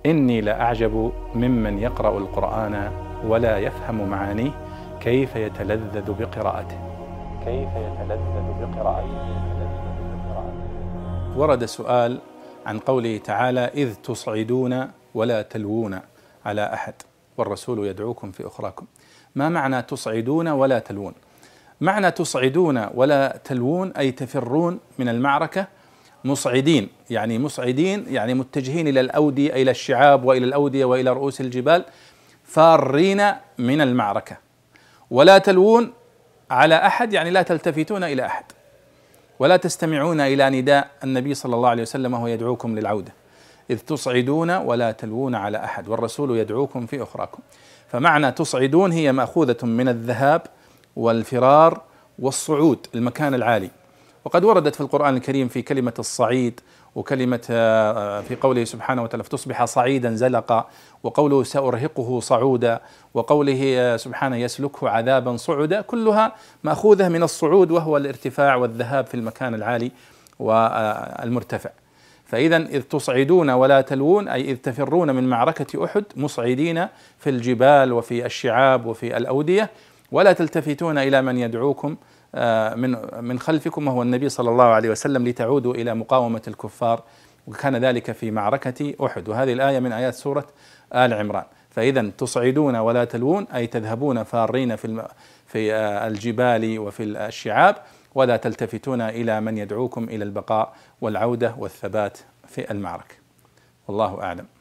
إني لأعجب ممن يقرأ القرآن ولا يفهم معانيه كيف يتلذذ بقراءته. ورد سؤال عن قوله تعالى: إذ تصعدون ولا تلوون على أحد والرسول يدعوكم في أخراكم. ما معنى تصعدون ولا تلوون؟ معنى تصعدون ولا تلوون أي تفرون من المعركة مصعدين، يعني مصعدين يعني متجهين إلى الأودية، إلى الشعاب وإلى الأودية وإلى رؤوس الجبال، فارين من المعركة. ولا تلوون على أحد يعني لا تلتفتون إلى أحد ولا تستمعون إلى نداء النبي صلى الله عليه وسلم وهو يدعوكم للعودة. إذ تصعدون ولا تلوون على أحد والرسول يدعوكم في أخراكم. فمعنى تصعدون هي مأخوذة من الذهاب والفرار والصعود، المكان العالي. وقد وردت في القرآن الكريم في كلمة الصعيد، وكلمة في قوله سبحانه وتعالى: فتصبح صعيدا زلقا، وقوله سأرهقه صعودا، وقوله سبحانه يسلكه عذابا صعدا، كلها مأخوذة من الصعود وهو الارتفاع والذهاب في المكان العالي والمرتفع. فإذا إذ تصعدون ولا تلوون أي إذ تفرون من معركة أحد مصعدين في الجبال وفي الشعاب وفي الأودية، ولا تلتفتون إلى من يدعوكم من خلفكم وهو النبي صلى الله عليه وسلم لتعودوا إلى مقاومة الكفار، وكان ذلك في معركة أحد. وهذه الآية من آيات سورة آل عمران. فإذا تصعدون ولا تلوون أي تذهبون فارين في الجبال وفي الشعاب، ولا تلتفتون إلى من يدعوكم إلى البقاء والعودة والثبات في المعركة. والله أعلم.